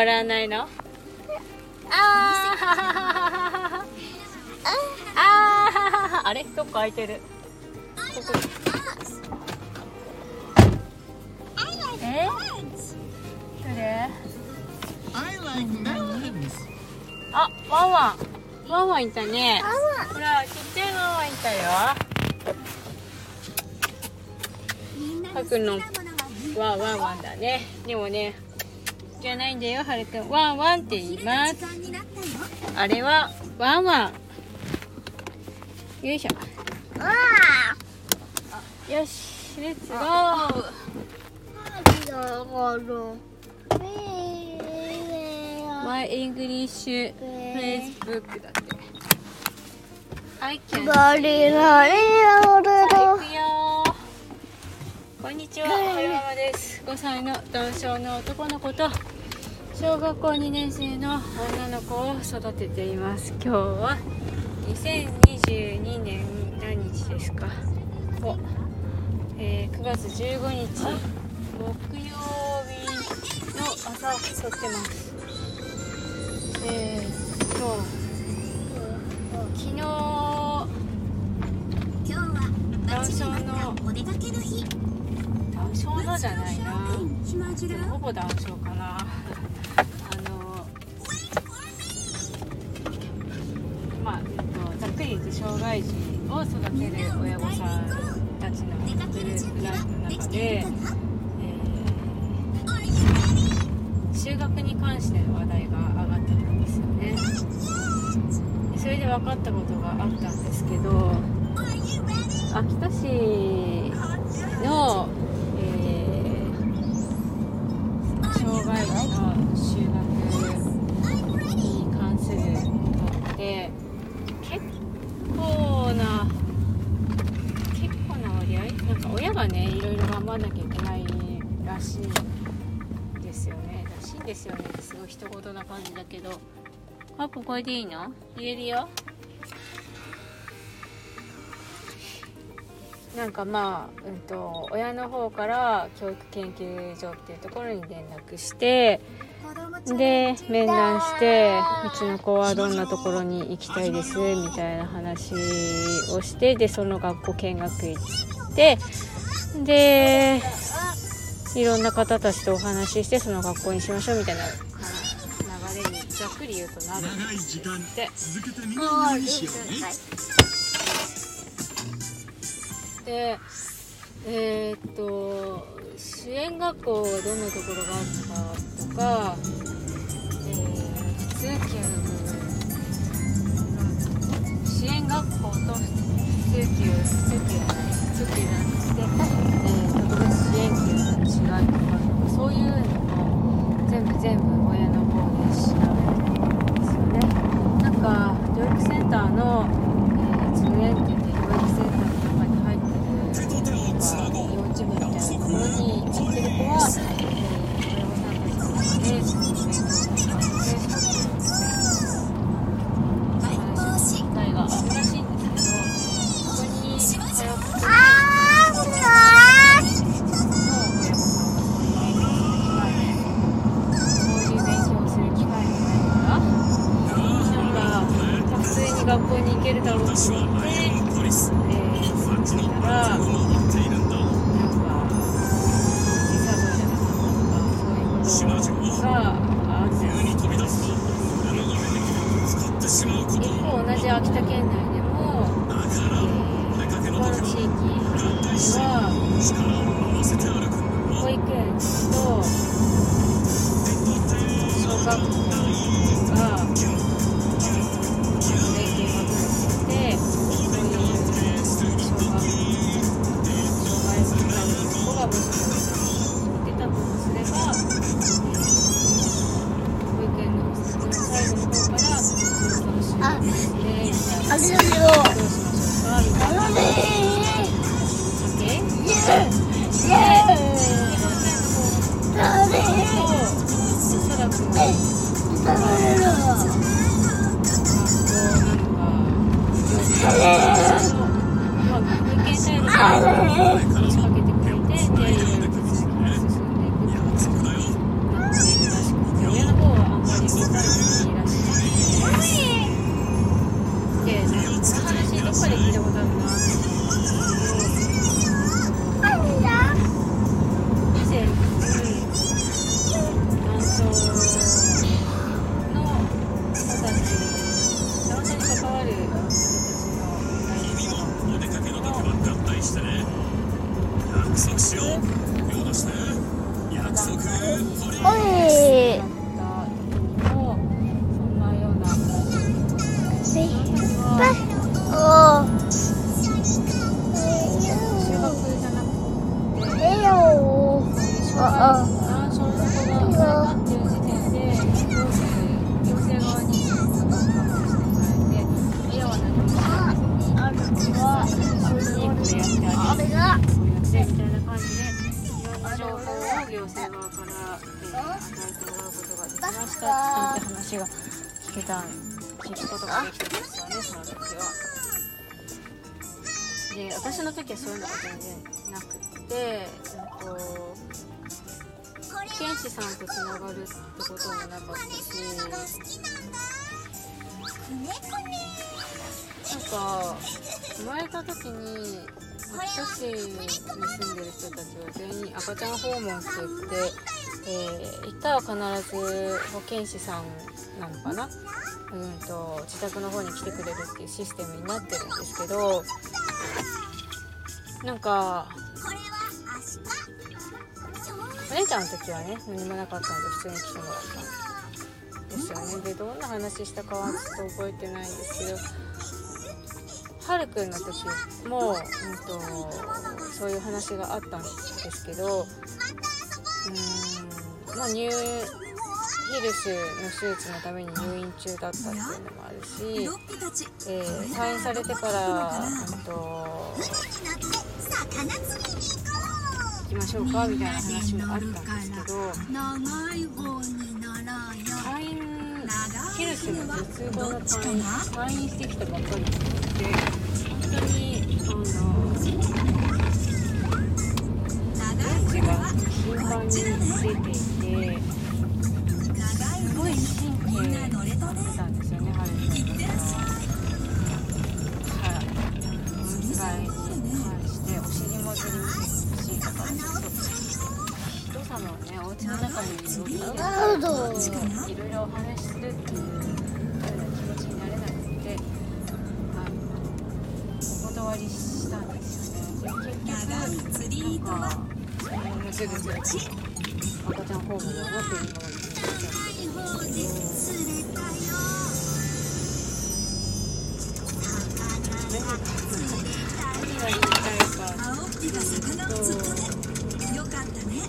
笑わないの？あれどっか開いてる。ここどれ？あ、ワンワン。ワンワンいたね。ほら、ちっちゃいワンワンいたよ。はくんのワンワンだね。でもね、じゃないんだよ、はるくん。ワンワンって言います。あれはワンワン。よいしょ。よし、レッツゴー。マイイングリッシュフレーズブックだって。I can バリラリ行くラよ。こんにちは、はるママです。5歳のダウン症の男の子と小学校2年生の女の子を育てています。今日は2022年何日ですか？9月15日木曜日の朝を撮ってます。昨日ダウン症のダウン症のじゃないな、ほぼダウン症かなざっくり言うと障害児を育てる親御さんたちのグループライフの中で、就学に関しての話題が上がってたんですよね。それで分かったことがあったんですけど、秋田市の、障害児の就学に関するのって結構な割合、なんか親がねいろいろ頑張んなきゃいけないらしいですよね。ってすごい一言な感じだけど、パパこれでいいの？入れるよ。なんか親の方から教育研究所っていうところに連絡して、で面談して、うちの子はどんなところに行きたいですみたいな話をして、でその学校見学行って、でいろんな方たちとお話しして、その学校にしましょうみたいな流れにざっくり言うとなるんですって。で支援学校どんなところがあったとか、支援学校と普通級なんですけど、特別支援級の違いとか、そういうのを全部親の方で調べてるんですよね。なんか教育センターの、通園って言って教育センターの中に入ってる幼稚部みたいなところに行ってる子は、親御さんたちの中で勉強をして話す機会があるらしいんですけど、そこに通ってる学校に行けるだろうと思って、聞いたら、なんか時差ボーじゃなかったとか、そういうことがあってらしいんですよ。一方、同じ秋田県内でも、他の地域では保育園と小学校が親の方は束しよう。手を出して。約束。 おい。 そんなようなお。 修学じゃなくて、 えよ。 難症の子が生まれたっていう時点で行政側に学校してもらえて、家は何もしない別にこれやってあげる、これやってみたいな感じでいろんな情報を行政側から、与えてもらうことができましたなんて話が聞くことができたんですよね、その時は。で、私の時はそういうのが全然なくって天使さんとつながるってこともなかったし、なんか生まれた時に秋田市に住んでる人たちは全員赤ちゃん訪問って言って、行ったら必ず保健師さんなのかな、自宅の方に来てくれるっていうシステムになってるんですけど、なんかお姉ちゃんの時はね何もなかったので普通に来てもらったんですよね。で、どんな話したかはちょっと覚えてないんですけど、はるくんの時も、そういう話があったんですけど、ヒルスの手術のために入院中だったっていうのもあるし、退院されてから行きましょうかみたいな話もあったんですけど、ヒルスの絶望の退院してきたばっかりで、本当に電池が頻繁に出ていて、すごい神経が出たんですよね、ハルくんがおむつ替えに関してお尻もずり見てほしいとか、人様をね、お家の中にいろいろお話しするっていうような気持ちになれないので、お断りしたんですよね。で、結局なんかぐずぐず赤ちゃんホームのっていうのが言ってたんですけど、何が言いたいかっていうと、 よかったね。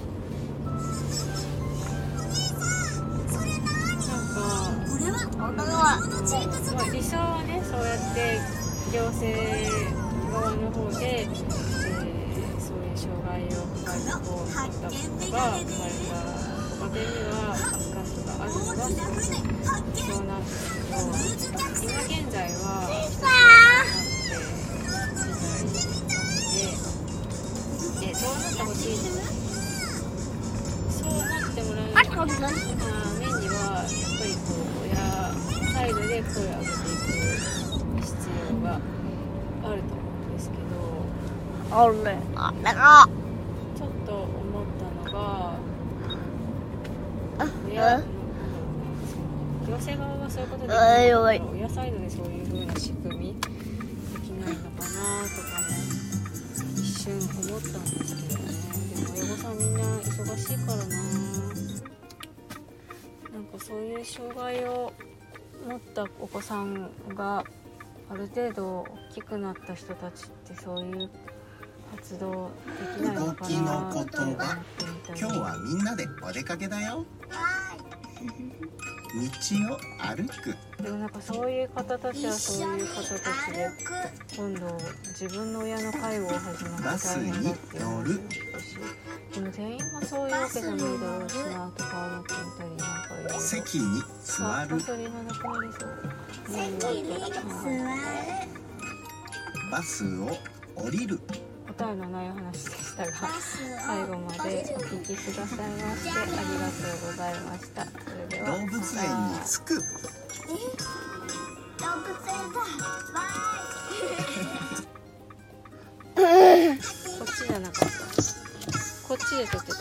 理想はね、そうやって行政側の方で、そういう障害を抱えた子を持った子が生まれたご家庭には預かる人があるのがすごく必要なんですけど、今現在は一つになっていないで、そうなってほしい、そうなってもらう面にはやっぱり親サイドで声を上げていく必要があると思うんですけど、ちょっと思ったのが、行政側がそういうことできないのか、親サイドでそういう風な仕組みできないのかなとかも一瞬思ったんですけどね。でも親御さんみんな忙しいからな、なんかそういう障害を持ったお子さんがある程度大きくなった人たちってそういう活動できないのかなって思ってみたり。 今日はみんなでお出かけだよ。道を歩く。 でもなんかそういう方たちはそういう方たちで今度自分の親の介護を始めて大変だっていう話も聞くし、でも全員がそういうわけじゃないだろうしなとか思ってみたり、なんかいろいろ席に座る。 それがなくなりそう。 バスを降りる。 答えのない話でしたが、最後までお聞きくださいましてありがとうございました。それでは動物園に着く。 動物園だ。 こっちじゃなかった。こっちで撮ってた。